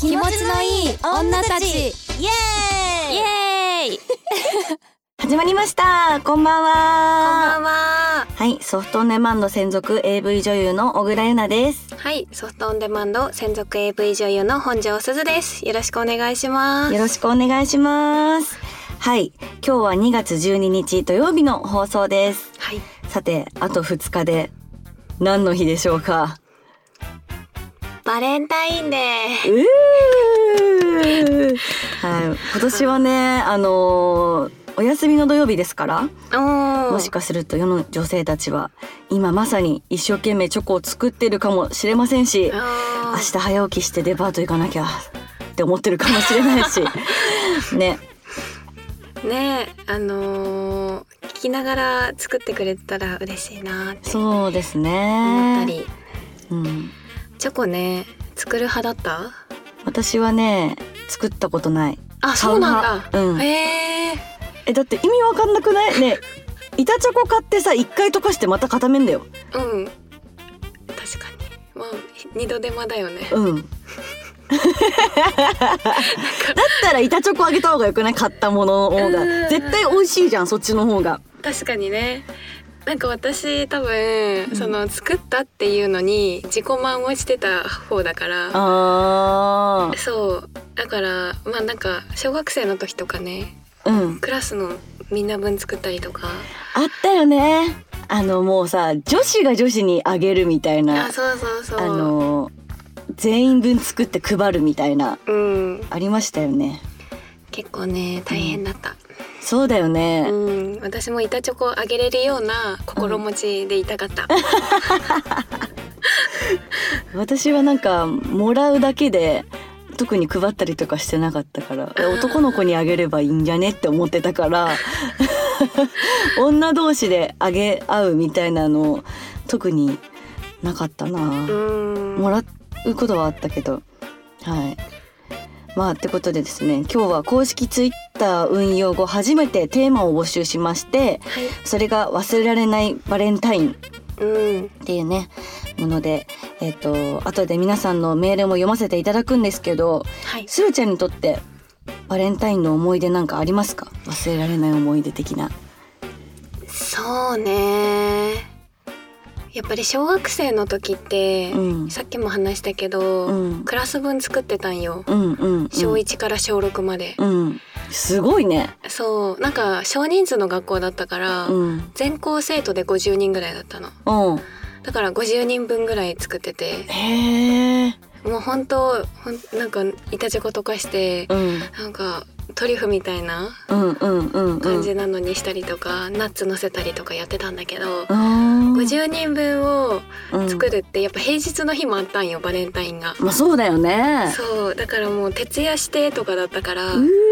気持ちのいい女たち、イエーイイエーイ始まりました。こんばんは。 こんばんは。 はい、ソフトオンデマンド専属 AV 女優の小倉優奈です。 はい、ソフトオンデマンド専属 AV 女優の本庄すずです。よろしくお願いします。 よろしくお願いします。はい、今日は2月12日土曜日の放送です。 はい。 さて、あと2日で何の日でしょうか？ バレンタインデー。 はい、今年はね、お休みの土曜日ですから、もしかすると世の女性たちは今まさに一生懸命チョコを作ってるかもしれませんし、明日早起きしてデパート行かなきゃって思ってるかもしれないしね聞きながら作ってくれたら嬉しいなってそうですね思ったり、チョコね作る派だった？ 私はね作ったことない。 あ、そうなんだ。 だって意味わかんなくない？ね、板チョコ買ってさ、1回溶かしてまた固めんだよ。 確かに。まあ二度手間だよね。だったら板チョコあげた方がよくない？買ったものの方が絶対美味しいじゃん、そっちの方が。 確かにね。なんか私多分、その作ったっていうのに自己満をしてた方だから。そうだからまあなんか小学生の時とかね、クラスのみんな分作ったりとかあったよね。もうさ、女子が女子にあげるみたいな。 そう全員分作って配るみたいな、ありましたよね。 結構ね大変だった。 そうだよね。 私も板チョコあげれるような心持ちでいたかった。 私はなんかもらうだけで特に配ったりとかしてなかったから、男の子にあげればいいんじゃねって思ってたから女同士であげ合うみたいなの特になかったな。もらうことはあったけど、はい。まあってことでですね、今日は公式ツイッター運用後初めてテーマを募集しまして、それが忘れられないバレンタインっていうね、もので、後で皆さんのメールも読ませていただくんですけど、するちゃんにとってバレンタインの思い出なんかありますか？忘れられない思い出的な。 そうね、やっぱり小学生の時って、さっきも話したけど、クラス分作ってたんよ。小1から小6まで。すごいね。 そう、なんか少人数の学校だったから、全校生徒で50人ぐらいだったの。だから50人分ぐらい作ってて。もう本当なんか板チョコ溶かして、なんかトリュフみたいな感じなのにしたりとか、ナッツ乗せたりとかやってたんだけど、50人分を作るってやっぱ平日の日もあったんよ、バレンタインが。 まあそうだよね。 そうだからもう徹夜してとかだったから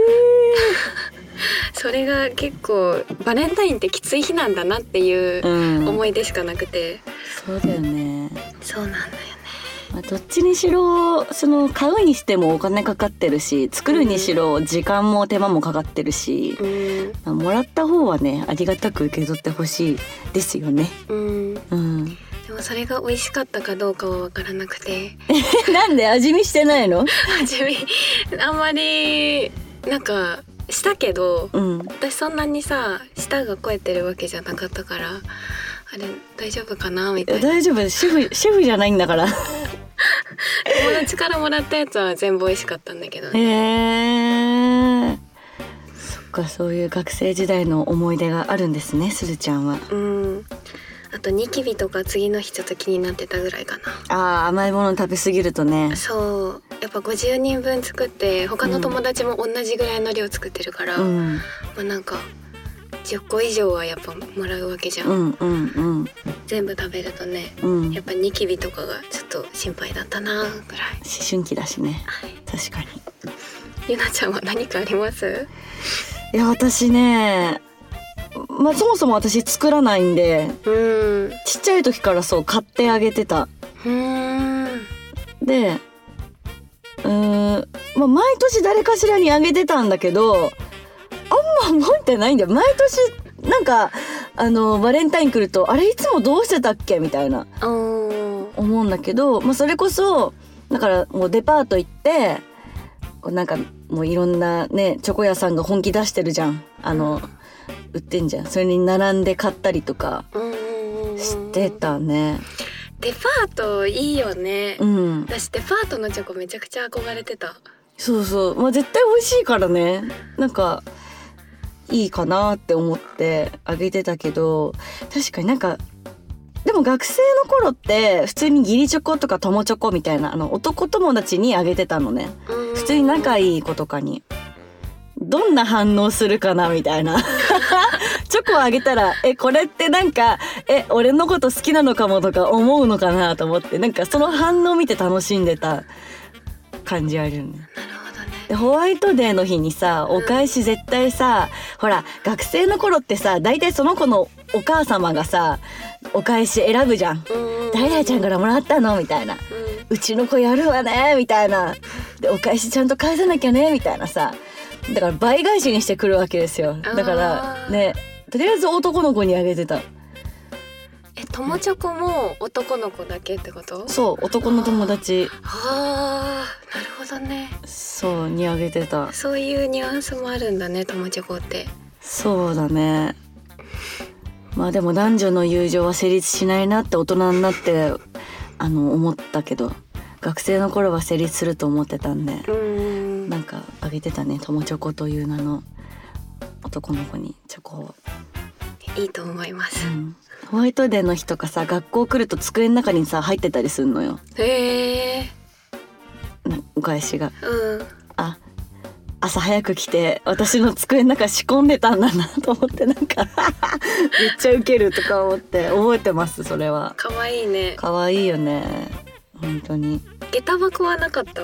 それが結構バレンタインってきつい日なんだなっていう思い出しかなくて。 そうだよね。そうなんだよね。どっちにしろその買うにしてもお金かかってるし、作るにしろ時間も手間もかかってるし、もらった方はね、ありがたく受け取ってほしいですよね。でもそれが美味しかったかどうかは分からなくてなんで味見してないの？ 味見あんまりなんかしたけど、私そんなにさ舌が肥えてるわけじゃなかったから、あれ大丈夫かなみたいな。 大丈夫、シェフじゃないんだから友達からもらったやつは全部美味しかったんだけどね。 そっか、そういう学生時代の思い出があるんですね、するちゃんは。 あとニキビとか次の日ちょっと気になってたぐらいかな。 甘いもの食べ過ぎるとね。 そうやっぱ50人分作って他の友達も同じぐらいの量作ってるから、まあなんか10個以上はやっぱもらうわけじゃん。全部食べるとね、やっぱニキビとかがちょっと心配だったなぐらい。思春期だしね、確かに。 ゆなちゃんは何かあります？ いや、私ね、そもそも私作らないんで、ちっちゃい時からそう買ってあげてた。で、毎年誰かしらにあげてたんだけど、あんま覚えてないんだよ。毎年なんかバレンタイン来ると、あれいつもどうしてたっけみたいな思うんだけど、それこそだからもうデパート行ってなんかもういろんなねチョコ屋さんが本気出してるじゃん。売ってんじゃん。それに並んで買ったりとかしてたね。 デパートいいよね。私デパートのチョコめちゃくちゃ憧れてた。 そうそう、まあ、絶対美味しいからね、なんかいいかなって思ってあげてたけど、確かになんかでも学生の頃って普通に義理チョコとか友チョコみたいな男友達にあげてたのね。普通に仲いい子とかにどんな反応するかなみたいなチョコをあげたらこれってなんか俺のこと好きなのかもとか思うのかなと思って、なんかその反応見て楽しんでた感じあるよね。でホワイトデーの日にさお返し絶対さ、ほら学生の頃ってさ大体その子のお母様がさお返し選ぶじゃん。誰々ちゃんからもらったのみたいな、うちの子やるわねみたいな、でお返しちゃんと返さなきゃねみたいなさ、だから倍返しにしてくるわけですよ。だからねとりあえず男の子にあげてた。 友チョコも男の子だけってこと？ そう男の友達。 なるほどね。 そうにあげてた。 そういうニュアンスもあるんだね友チョコって。 そうだね。まあでも男女の友情は成立しないなって大人になって思ったけど、学生の頃は成立すると思ってたんで、なんかあげてたね友チョコという名の男の子にチョコを。 いいと思います、 ホワイトデーの日とかさ学校来ると机の中にさ入ってたりするのよ。お返しが、朝早く来て私の机の中仕込んでたんだなと思って、なんかめっちゃウケるとか思って覚えてます。それは可愛いね。 可愛いよね本当に。 下駄箱はなかった？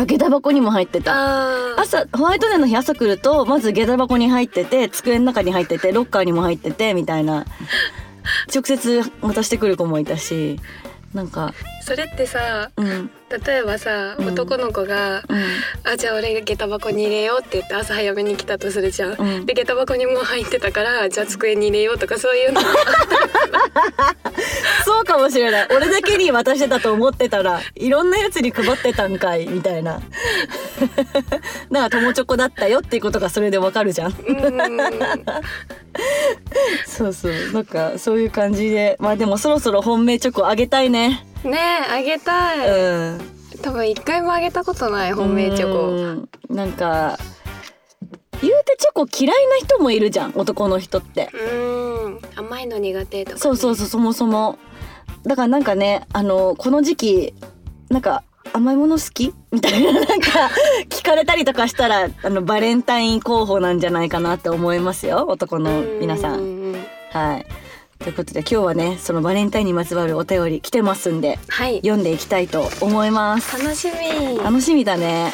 下駄箱にも入ってた。朝ホワイトデーの日朝来るとまず下駄箱に入ってて、机の中に入ってて、ロッカーにも入っててみたいな直接渡してくる子もいたし、なんかそれってさ、例えばさ、男の子が、じゃあ俺が下駄箱に入れようって言って朝早めに来たとするじゃん、で下駄箱にもう入ってたからじゃあ机に入れようとかそういうのそうかもしれない。俺だけに渡してたと思ってたらいろんなやつに配ってたんかいみたいなだから友チョコだったよっていうことがそれでわかるじゃんそうそう、なんかそういう感じで、まあでもそろそろ本命チョコあげたいね。 ねえあげたい、多分一回もあげたことない本命チョコ。なんか言うてチョコ嫌いな人もいるじゃん男の人って。 甘いの苦手とか、ね、 そうそもそもだからなんかねこの時期なんか甘いもの好きみたいななんか聞かれたりとかしたらバレンタイン候補なんじゃないかなって思いますよ男の皆さん。はい、ということで今日はねそのバレンタインにまつわるお便り来てますんで、読んでいきたいと思います。 楽しみだね。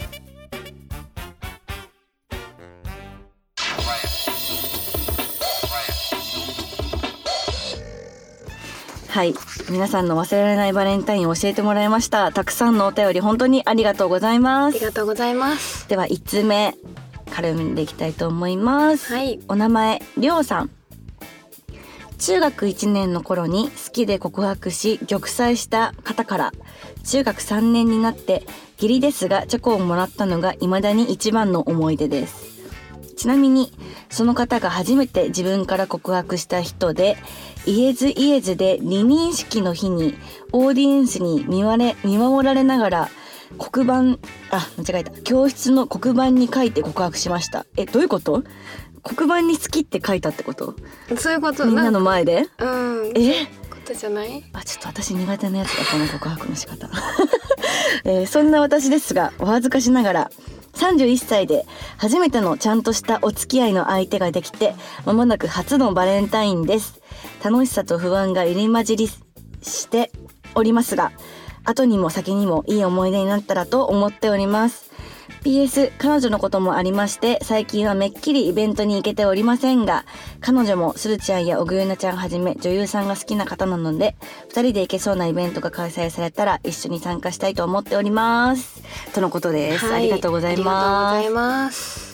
はい、皆さんの忘れられないバレンタインを教えてもらいました。たくさんのお便り本当にありがとうございます。 ありがとうございます。 では1通目から読んでいきたいと思います。お名前りょうさん。中学1年の頃に好きで告白し玉砕した方から中学3年になって義理ですがチョコをもらったのが未だに一番の思い出です。ちなみにその方が初めて自分から告白した人で、言えずで離任式の日にオーディエンスに見守られながら教室の黒板に書いて告白しました。どういうこと？黒板に好きって書いたってこと？ そういうこと。 みんなの前で？ ことじゃない？ ちょっと私苦手なやつだこの告白の仕方そんな私ですがお恥ずかしながら31歳で初めてのちゃんとしたお付き合いの相手ができて間もなく初のバレンタインです。楽しさと不安が入り混じりしておりますが、後にも先にもいい思い出になったらと思っております。 PS 彼女のこともありまして最近はめっきりイベントに行けておりませんが、彼女もするちゃんやおぐゆなちゃんはじめ女優さんが好きな方なので2人で行けそうなイベントが開催されたら一緒に参加したいと思っておりますとのことです。ありがとうございます。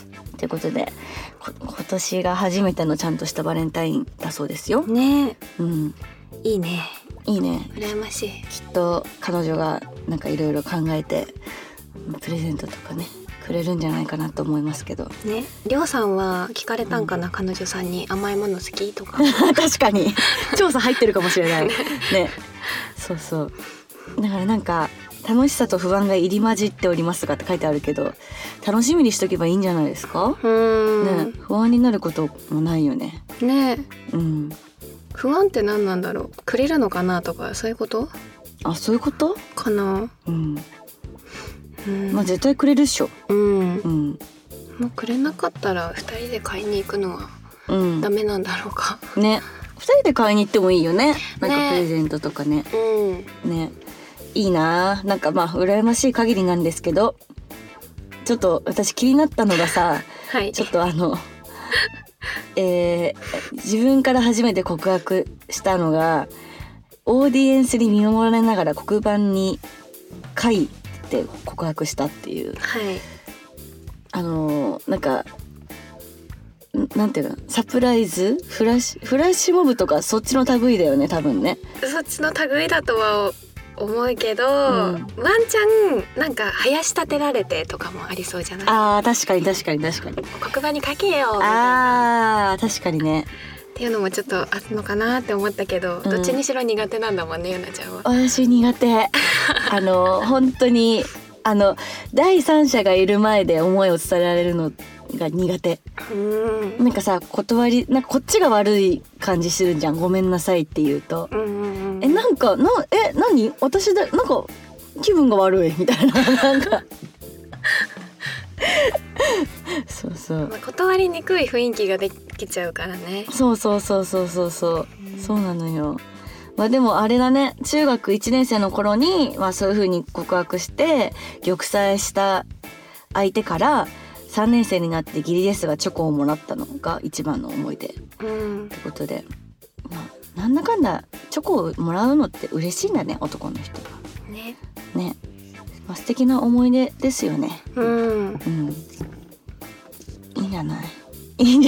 ということで今年が初めてのちゃんとしたバレンタインだそうですよね。いいね羨ましい。 きっと彼女がなんかいろいろ考えてプレゼントとかね触れるんじゃないかなと思いますけどね。りょうさんは聞かれたんかな、彼女さんに甘いもの好きとか確かに調査入ってるかもしれないね。そうそう、だからなんか楽しさと不安が入り混じっておりますがって書いてあるけど、楽しみにしとけばいいんじゃないですか。ね、不安になることもないよね。 ね、不安って何なんだろう。くれるのかなとかそういうこと？ あ、そういうことかな。 まあ絶対くれるっしょ。 もうくれなかったら2人で買いに行くのはダメなんだろうか。 ね、2人で買いに行ってもいいよね。なんかプレゼントとかね。ね、いいな。なんかまあ羨ましい限りなんですけど、ちょっと私気になったのがさ、ちょっと自分から初めて告白したのが、オーディエンスに見守られながら黒板に書いて告白したっていう、なんかなんていうの、サプライズフラッシュモブとかそっちの類だよね、多分ね。 そっちの類だとは思うけど、ワンチャンなんか林立てられてとかもありそうじゃない？あー、確かに黒板に書けよみたいな。 あー、確かにね。 っていうのもちょっとあるのかなって思ったけど、どっちにしろ苦手なんだもんね、ゆなちゃんは。 私苦手本当に第三者がいる前で思いを伝えられるのが苦手。なんかさ、断り、なんかこっちが悪い感じするじゃん、ごめんなさいって言うと。何私だ、なんか気分が悪いみたいななんかそうそう、 断りにくい雰囲気ができちゃうからね。そうなのよ。まあでもあれだね、中学1年生の頃に、そういう風に告白して玉砕した相手から3年生になってギリですがチョコをもらったのが一番の思い出、ってことで、なんだかんだチョコをもらうのって嬉しいんだね、男の人はね。素敵な思い出ですよね。いいんじゃないい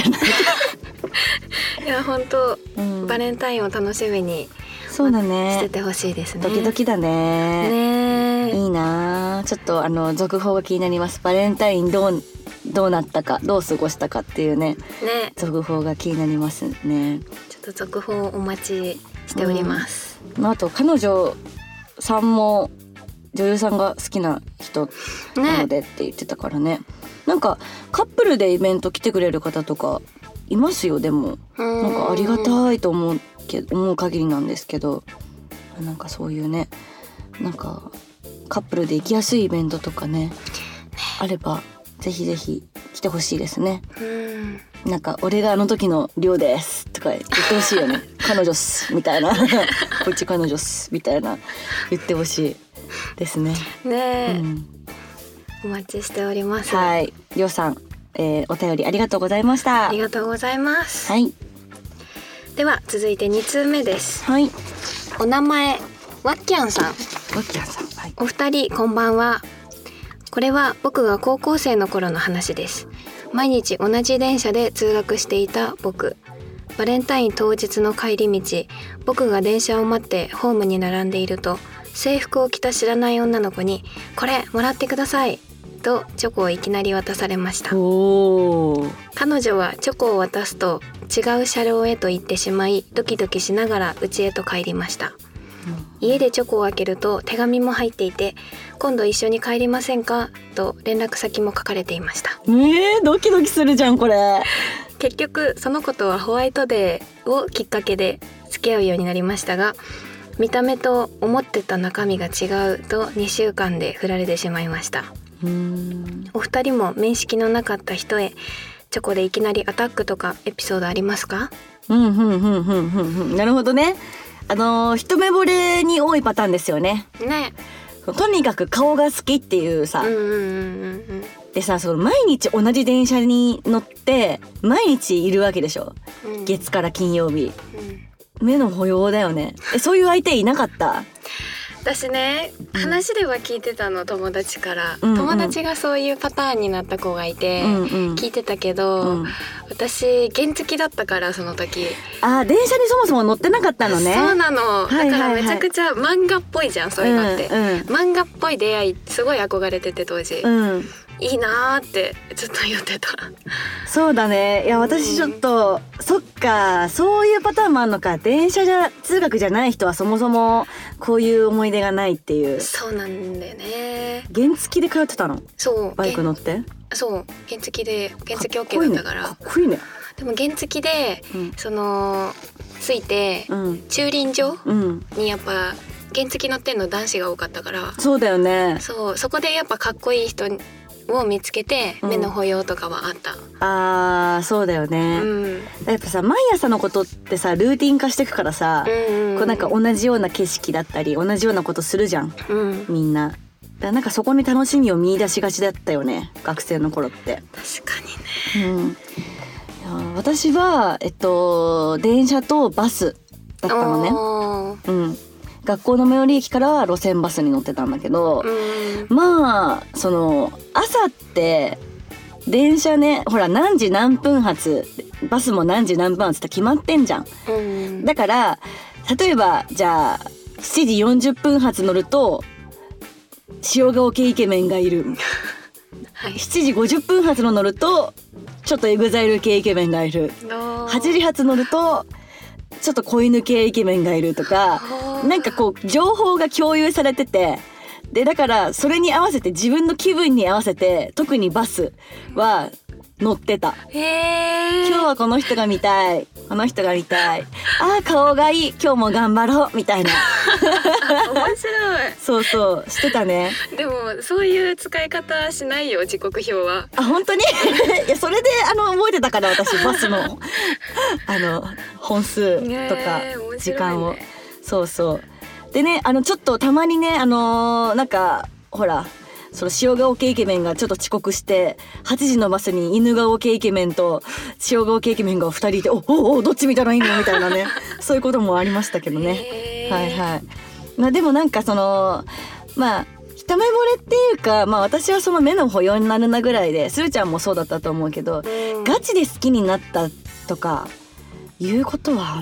や本当、バレンタインを楽しみにそうだね、 しててほしいですね。 ドキドキだね。いいな。ちょっと続報が気になります。バレンタインどうなったか、どう過ごしたかっていうね、続報が気になりますね。 ちょっと続報をお待ちしております。 あと彼女さんも女優さんが好きな人なのでって言ってたからね。なんかカップルでイベント来てくれる方とかいますよ。でもなんかありがたいと思う限りなんですけど、なんかそういうね、なんかカップルで行きやすいイベントとかねあればぜひぜひ来てほしいですね。なんか俺があの時のりょうですとか言ってほしいよね彼女っすみたいなこっち彼女っすみたいな言ってほしいですね。 お待ちしております。 はい、りょうさん、お便りありがとうございました。 ありがとうございます。 はい、 では続いて2通目です。 はい、 お名前わっきゃんさん。 はい、 お二人こんばんは。これは僕が高校生の頃の話です。毎日同じ電車で通学していた僕。バレンタイン当日の帰り道、僕が電車を待ってホームに並んでいると、制服を着た知らない女の子にこれもらってくださいとチョコをいきなり渡されました。彼女はチョコを渡すと違う車両へと行ってしまい、ドキドキしながら家へと帰りました。家でチョコを開けると手紙も入っていて、今度一緒に帰りませんかと連絡先も書かれていました。 ドキドキするじゃんこれ。 結局その子とはホワイトデーをきっかけで付き合うようになりましたが、見た目と思ってた中身が違うと2週間で振られてしまいました。お二人も面識のなかった人へチョコでいきなりアタックとかエピソードありますか？ なるほどね。一目惚れに多いパターンですよね。とにかく顔が好きっていうさ、でさ、その毎日同じ電車に乗って毎日いるわけでしょ、月から金曜日、目の保養だよね。そういう相手いなかった？ 私ね、話では聞いてたの、友達から、友達がそういうパターンになった子がいて、聞いてたけど、私原付だったからその時。電車にそもそも乗ってなかったのね。そうなの。だからめちゃくちゃ漫画っぽいじゃん、そういうのって、漫画っぽい出会いすごい憧れてて当時、 いいなーってずっと言ってた。 そうだね。いや私ちょっと、そっか、そういうパターンもあるのか。電車通学じゃない人はそもそもこういう思い出がないっていう。 そうなんだよね。 原付で通ってたの？ そう。 バイク乗って？ そう。原付 OK だったから。 かっこいいね。 でも原付で、そのついて、駐輪場にやっぱ原付乗ってんの男子が多かったから。 そうだよね。 そこでやっぱかっこいい人を見つけて目の保養とかはあった。 あーそうだよね、やっぱさ毎朝のことってさルーティン化してくからさ、こうなんか同じような景色だったり同じようなことするじゃん、みんな。なんかそこに楽しみを見出しがちだったよね、学生の頃って。 確かにね。 いや私は電車とバスだったのね。学校の最寄り駅からは路線バスに乗ってたんだけど、まあその朝って電車ね、ほら何時何分発、バスも何時何分発って決まってんじゃん。だから例えばじゃあ7時40分発乗ると塩顔系イケメンがいる、7時50分発の乗るとちょっとエグザイル系イケメンがいる、8時発乗るとちょっと子犬系イケメンがいるとか、なんかこう情報が共有されてて、でだからそれに合わせて自分の気分に合わせて特にバスは乗ってた。今日はこの人が見たい、この人が見たい、あー顔がいい、今日も頑張ろうみたいな面白い。 そうそうしてたね。 でもそういう使い方しないよ、時刻表は。 あ本当にいやそれで覚えてたから私バスの本数とか時間を、そうそうでね、ちょっとたまにねなんかほらその塩顔系イケメンがちょっと遅刻して8時のバスに犬顔系イケメンと塩顔系イケメンが2人いて、おどっち見たらいいのみたいなねそういうこともありましたけどね。はいはい。まあでもなんかそのまあ一目惚れっていうか、まあ私はその目の保養になるなぐらいで、するちゃんもそうだったと思うけど、ガチで好きになったとかいうことは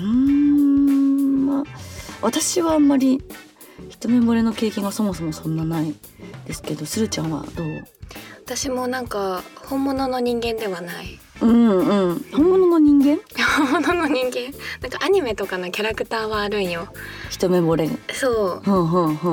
私はあんまり一目惚れの経験がそもそもそんなないですけど、するちゃんはどう？ 私もなんか本物の人間ではない。 本物の人間？ 本物の人間。なんかアニメとかのキャラクターはあるんよ。 一目惚れ。 そう。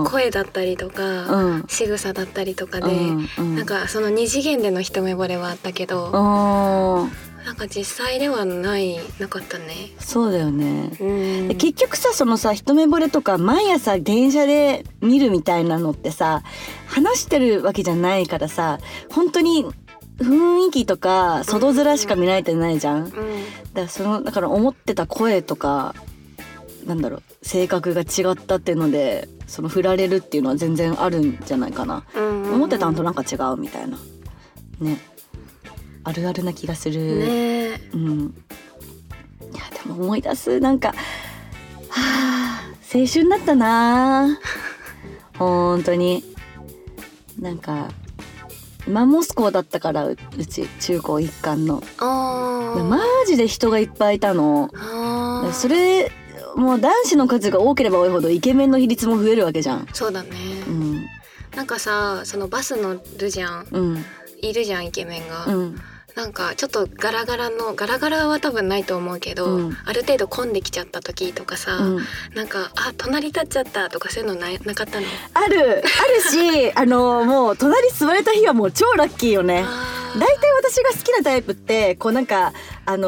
声だったりとか、仕草だったりとかで、なんかその二次元での一目惚れはあったけど、なんか実際ではなかったね。そうだよね。 で結局さ、そのさ一目惚れとか毎朝電車で見るみたいなのってさ、話してるわけじゃないからさ、本当に雰囲気とか外面しか見られてないじゃん。だから思ってた声とかなんだろう、性格が違ったっていうのでその振られるっていうのは全然あるんじゃないかな。思ってたのとなんか違うみたいなね。あるあるな気がするね。いやでも思い出す、なんか青春だったな本当に。なんかマンモス校だったから、うち中高一貫のマジで人がいっぱいいたの。それもう男子の数が多ければ多いほどイケメンの比率も増えるわけじゃん。 そうだね。なんかさ、そのバス乗るじゃん、いるじゃんイケメンが、なんかちょっとガラガラは多分ないと思うけど、ある程度混んできちゃった時とかさ、なんか隣立っちゃったとかそういうのなかったの？ あるしもう隣座れた日はもう超ラッキーよね。だいたい私が好きなタイプってこうなんか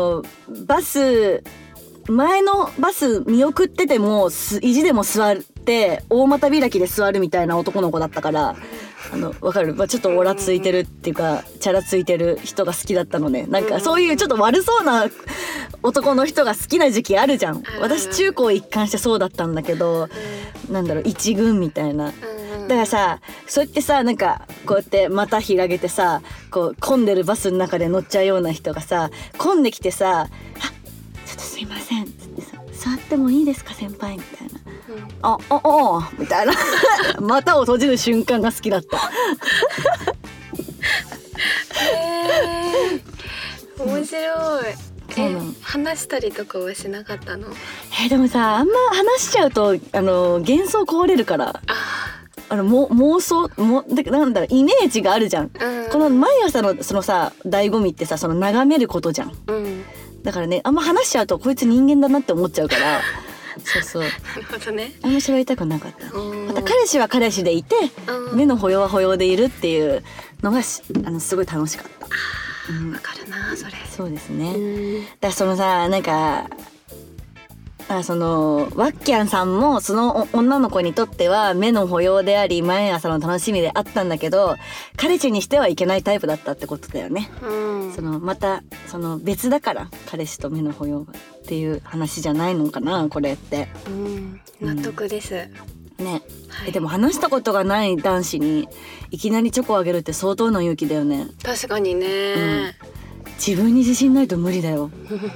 前のバス見送ってても意地でも座って大股開きで座るみたいな男の子だったから、わかる、ちょっとオラついてるっていうかチャラついてる人が好きだったのね。なんかそういうちょっと悪そうな男の人が好きな時期あるじゃん。私中高一貫してそうだったんだけど、なんだろう、一軍みたいな。だからさ、そうやってさ、なんかこうやって股広げてさ、こう混んでるバスの中で乗っちゃうような人がさ、混んできてさ、ちょっとすいませんってさ、座ってもいいですか先輩みたいな、みたいな股を閉じる瞬間が好きだった面白い。話したりとかはしなかったの？ でもさ、あんま話しちゃうと幻想壊れるから。 妄想なんだろう、イメージがあるじゃん、この毎朝のそのさ醍醐味ってさ、その眺めることじゃん、だからね、あんま話しちゃうとこいつ人間だなって思っちゃうからそうなるほどね、 あんま喋りたくなかった。また彼氏は彼氏でいて、目の保養は保養でいるっていうのがすごい楽しかった。 わかるなそれ。 そうですね。だからそのさ、なんかそのワッキャンさんもその女の子にとっては目の保養であり毎朝の楽しみであったんだけど、彼氏にしてはいけないタイプだったってことだよね。そのまたその別だから、彼氏と目の保養っていう話じゃないのかなこれって。 納得です、 ね、でも話したことがない男子にいきなりチョコをあげるって相当の勇気だよね。 確かにね、 自分に自信ないと無理だよ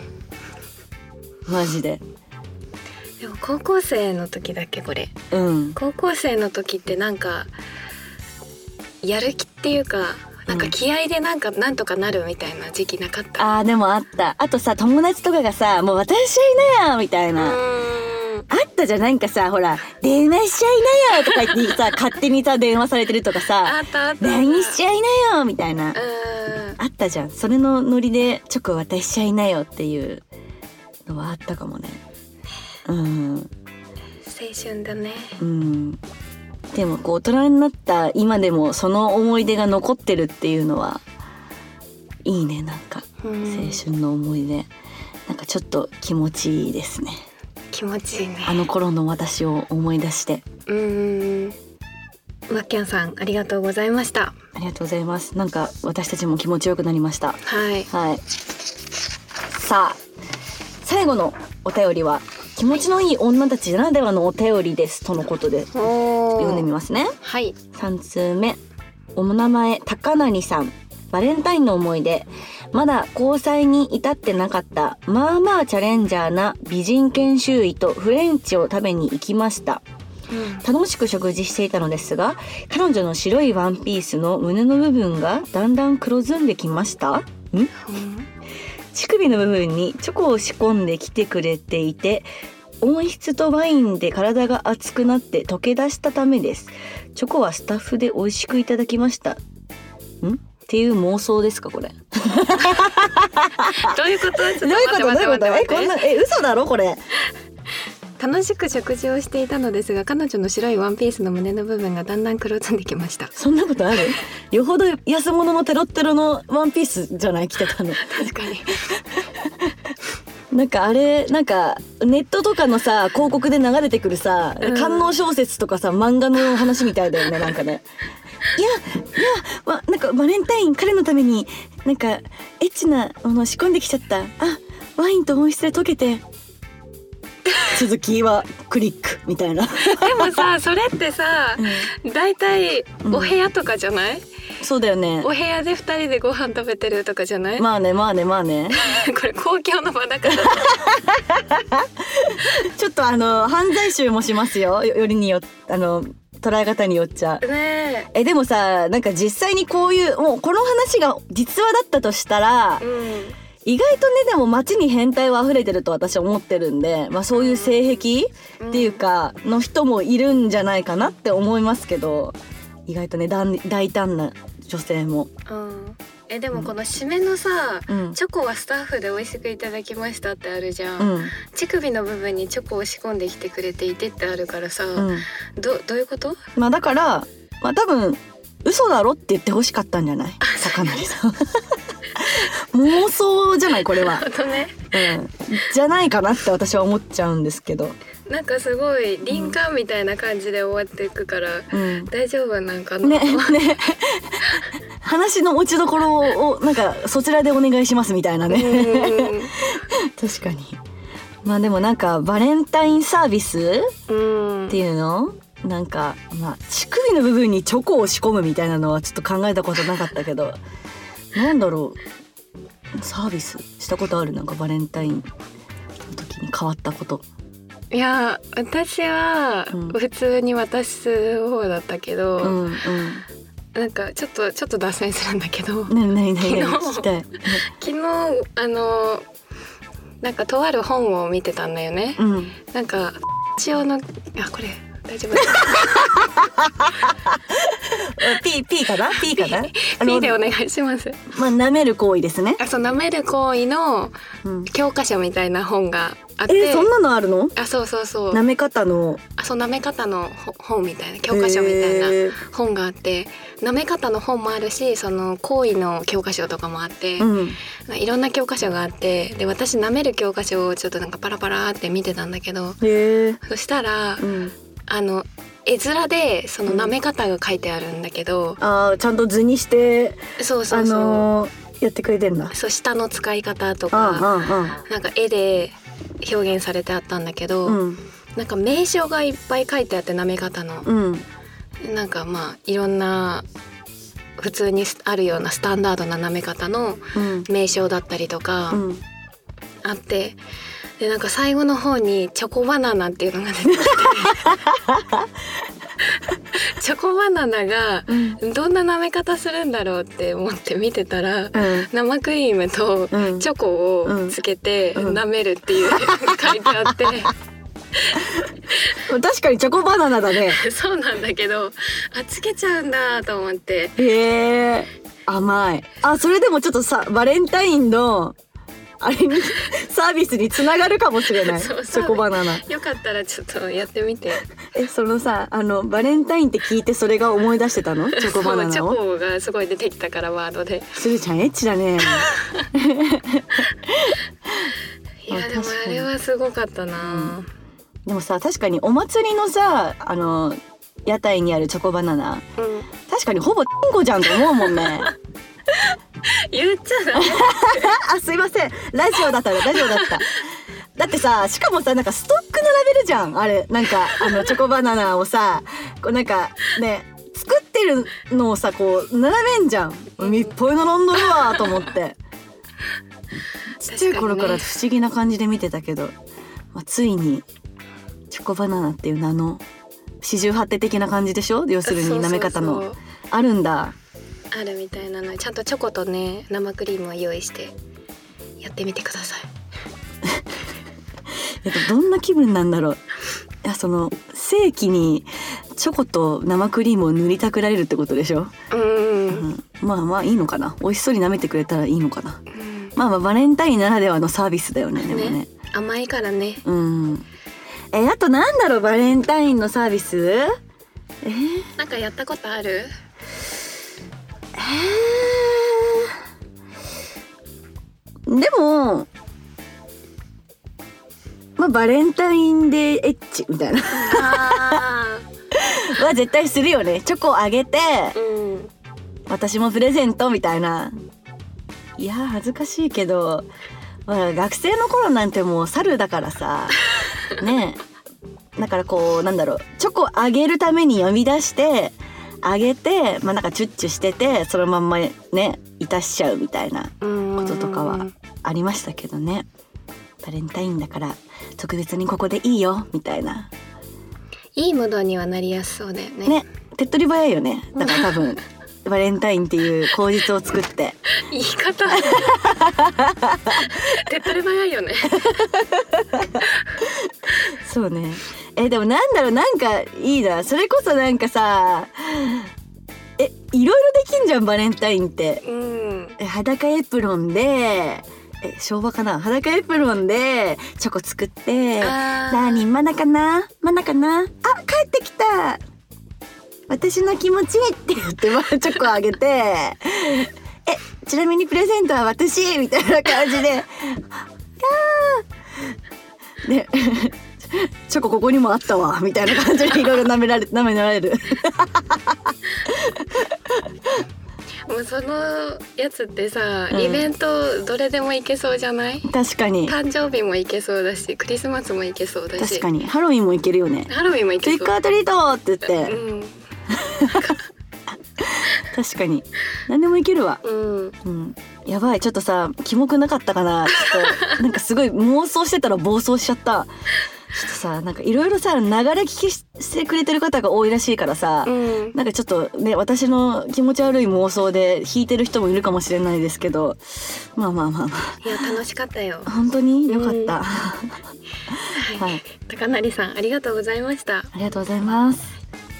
マジで。 でも高校生の時だっけこれ、高校生の時ってなんかやる気っていうか、なんか気合でなんとかなるみたいな時期なかった？ でもあった。あとさ、友達とかがさ、もう私しちゃいなよみたいな、あったじゃん。なんかさ、ほら電話しちゃいなよとか言ってさ勝手にさ電話されてるとかさ、LINE しちゃいなよみたいな、あったじゃん。それのノリでチョコ渡しちゃいなよっていうのはあったかもね。青春だね。 でもこう大人になった今でもその思い出が残ってるっていうのはいいね。なんか青春の思い出、なんかちょっと気持ちいいですね。 気持ちいいね。 あの頃の私を思い出して。 ワッキャンさんありがとうございました。 ありがとうございます。なんか私たちも気持ちよくなりました。はい。さあ最後のお便りは気持ちのいい女たちならではのお便りですとのことで読んでみますね。3通目、お名前高成さん。バレンタインの思い出、まだ交際に至ってなかったまあまあチャレンジャーな美人研修医とフレンチを食べに行きました。楽しく食事していたのですが、彼女の白いワンピースの胸の部分がだんだん黒ずんできました。乳首の部分にチョコを仕込んできてくれていて、温室とワインで体が熱くなって溶け出したためです。チョコはスタッフで美味しくいただきました。っていう妄想ですかこれどういうこと？ どういうことこんな嘘だろこれ。 楽しく食事をしていたのですが、彼女の白いワンピースの胸の部分がだんだん黒ずんできました。 そんなことある？よほど安物のテロッテロのワンピースじゃない着てたの。 確かになんかあれ、なんかネットとかのさ広告で流れてくるさ、官能小説とかさ漫画の話みたいだよね。なんかねなんかバレンタイン彼のためになんかエッチなものを仕込んできちゃった。ワインと温室で溶けて続きはクリックみたいな。でもさそれってさ、だいたいお部屋とかじゃない？ そうだよね。 お部屋で2人でご飯食べてるとかじゃない？ まあねこれ公共の場だからちょっと犯罪集もしますよ。よりによ捉え方によっちゃね。でもさ、なんか実際にこういうもうこの話が実話だったとしたら、意外とねでも街に変態は溢れてると私は思ってるんで、そういう性癖っていうかの人もいるんじゃないかなって思いますけど、意外とね大胆な女性も。 でもこの締めのさ、チョコはスタッフで美味しくいただきましたってあるじゃん、乳首の部分にチョコを仕込んできてくれていてってあるからさ、どういうこと？ だから多分嘘だろって言ってほしかったんじゃない？坂成さん妄想じゃないこれは。じゃないかなって私は思っちゃうんですけど、 なんかすごい林間みたいな感じで終わっていくから、大丈夫なんかな。 話の落ちどころをなんかそちらでお願いしますみたいなね。確かに。でもなんかバレンタインサービスっていうの、なんか乳首の部分にチョコを仕込むみたいなのはちょっと考えたことなかったけど、なんだろう、サービスしたことある？なんかバレンタインの時に変わったこと。 いや私は普通に渡す方だったけど、なんかちょっと脱線するんだけど、昨日なんかとある本を見てたんだよね。なんかこれ大丈夫 P かな P かな P でお願いします。 まあ舐める行為ですね。 そう舐める行為の教科書みたいな本があって、 そんなのあるの？ そう舐め方のそう舐め方の本みたいな教科書みたいな本があって、舐め方の本もあるし、その行為の教科書とかもあって、いろんな教科書があって、で私舐める教科書をちょっとなんかパラパラって見てたんだけど、そしたら、絵面でその舐め方が書いてあるんだけど、 ちゃんと図にしてそうやってくれてんだ。 そう舌の使い方とか、なんか絵で表現されてあったんだけど、なんか名称がいっぱい書いてあって、舐め方の、なんかまあいろんな普通にあるようなスタンダードな舐め方の名称だったりとかあって、でなんか最後の方にチョコバナナっていうのが出てきてチョコバナナがどんな舐め方するんだろうって思って見てたら、生クリームとチョコをつけて舐めるっていうのが書いてあって確かにチョコバナナだねそうなんだけど、つけちゃうんだと思って。 甘い。それでもちょっとさ、バレンタインのあれにサービスにつながるかもしれない。チョコバナナよかったらちょっとやってみて。 そのさ、バレンタインって聞いてそれが思い出してたの？チョコバナナを。 チョコがすごい出てきたからワードで。 すずちゃんエッチだねいやでもあれはすごかったな、 でもさ、確かにお祭りのさ、屋台にあるチョコバナナ、確かにほぼチンコじゃんと思うもんね言っちゃダメすいません、ラジオだった。だってさ、しかもさ、なんかストック並べるじゃん、あれ。なんかチョコバナナをさ、こうなんかね、作ってるのをさ、こう並べんじゃん。いっぱい並んどるわと思ってちっちゃい頃から不思議な感じで見てたけど、ついにチョコバナナっていう名の四十八手的な感じでしょ。要するに舐め方のあるんだ。 あるみたいなの。ちゃんとチョコとね、生クリームを用意してやってみてくださいどんな気分なんだろう。いや、その正規にチョコと生クリームを塗りたくられるってことでしょ。まあいいのかな。美味しそうに舐めてくれたらいいのかな。まあバレンタインならではのサービスだよね。でもね、 甘いからね。 あとなんだろう、バレンタインのサービス。 なんかやったことある？ でもバレンタインデーエッチみたいなは絶対するよね。チョコをあげて、私もプレゼントみたいな。いや恥ずかしいけど、学生の頃なんてもう猿だからさねえ、だからこうなんだろう、チョコあげるために呼び出してあげて、なんかチュッチュしててそのまんまねいたしちゃうみたいなこととかはありましたけどね。バレンタインだから特別にここでいいよみたいな、 いいムードにはなりやすそうだよね。 手っ取り早いよね。だから多分バレンタインっていう口実を作って言い方手っ取り早いよねそうね。でもなんだろう、なんかいいな。それこそなんかさ、いろいろできんじゃんバレンタインって、裸エプロンで昭和かな、裸エプロンでチョコ作って、何マナかな帰ってきた私の気持ちって言ってチョコあげてちなみにプレゼントは私みたいな感じででチョコここにもあったわみたいな感じでいろいろ舐められるもうそのやつってさ、イベントどれでも行けそうじゃない？ 確かに。 誕生日も行けそうだし、クリスマスも行けそうだし、 確かにハロウィンも行けるよね。 ハロウィンも行けそう。 トリックアトリートって言って、確かに何でもいけるわ。やばい、ちょっとさ、キモくなかったかな。ちょっとなんかすごい妄想してたら暴走しちゃった。ちょっとさ、なんかいろいろさ、流れ聞きしてくれてる方が多いらしいからさ、なんかちょっとね、私の気持ち悪い妄想で弾いてる人もいるかもしれないですけど、まあ。 いや楽しかったよ。 本当によかった。 はい、 高成さんありがとうございました。 ありがとうございます。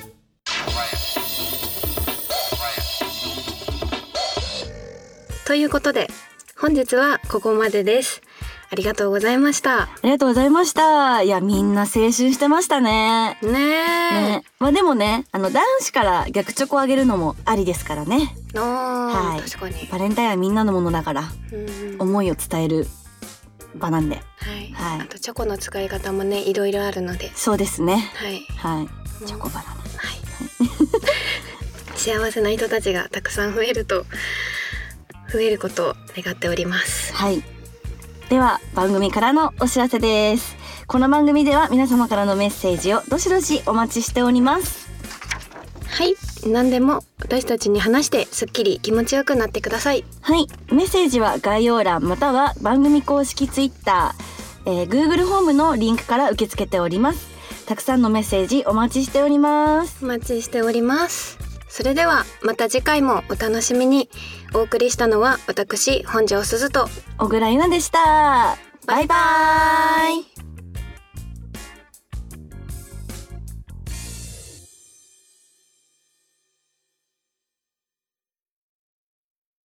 ということで本日はここまでです。ありがとうございました。 ありがとうございました。いや、みんな青春してましたね。 ね。 まあでもね、男子から逆チョコあげるのもありですからね。 はい、確かに。 バレンタインはみんなのものだから、思いを伝える場なんで。 はい。あとチョコの使い方もね、いろいろあるので。 そうですね。 はい。 チョコバナナ。はい。 幸せな人たちがたくさん増えることを願っております。 はい。では番組からのお知らせです。この番組では皆様からのメッセージをどしどしお待ちしております。 はい、何でも私たちに話してすっきり気持ちよくなってください。 はい、メッセージは概要欄または番組公式ツイッター、Google ホームのリンクから受け付けております。たくさんのメッセージお待ちしております。 お待ちしております。それではまた次回もお楽しみに。お送りしたのは私本庄すずと小倉優奈でした。バイバイ。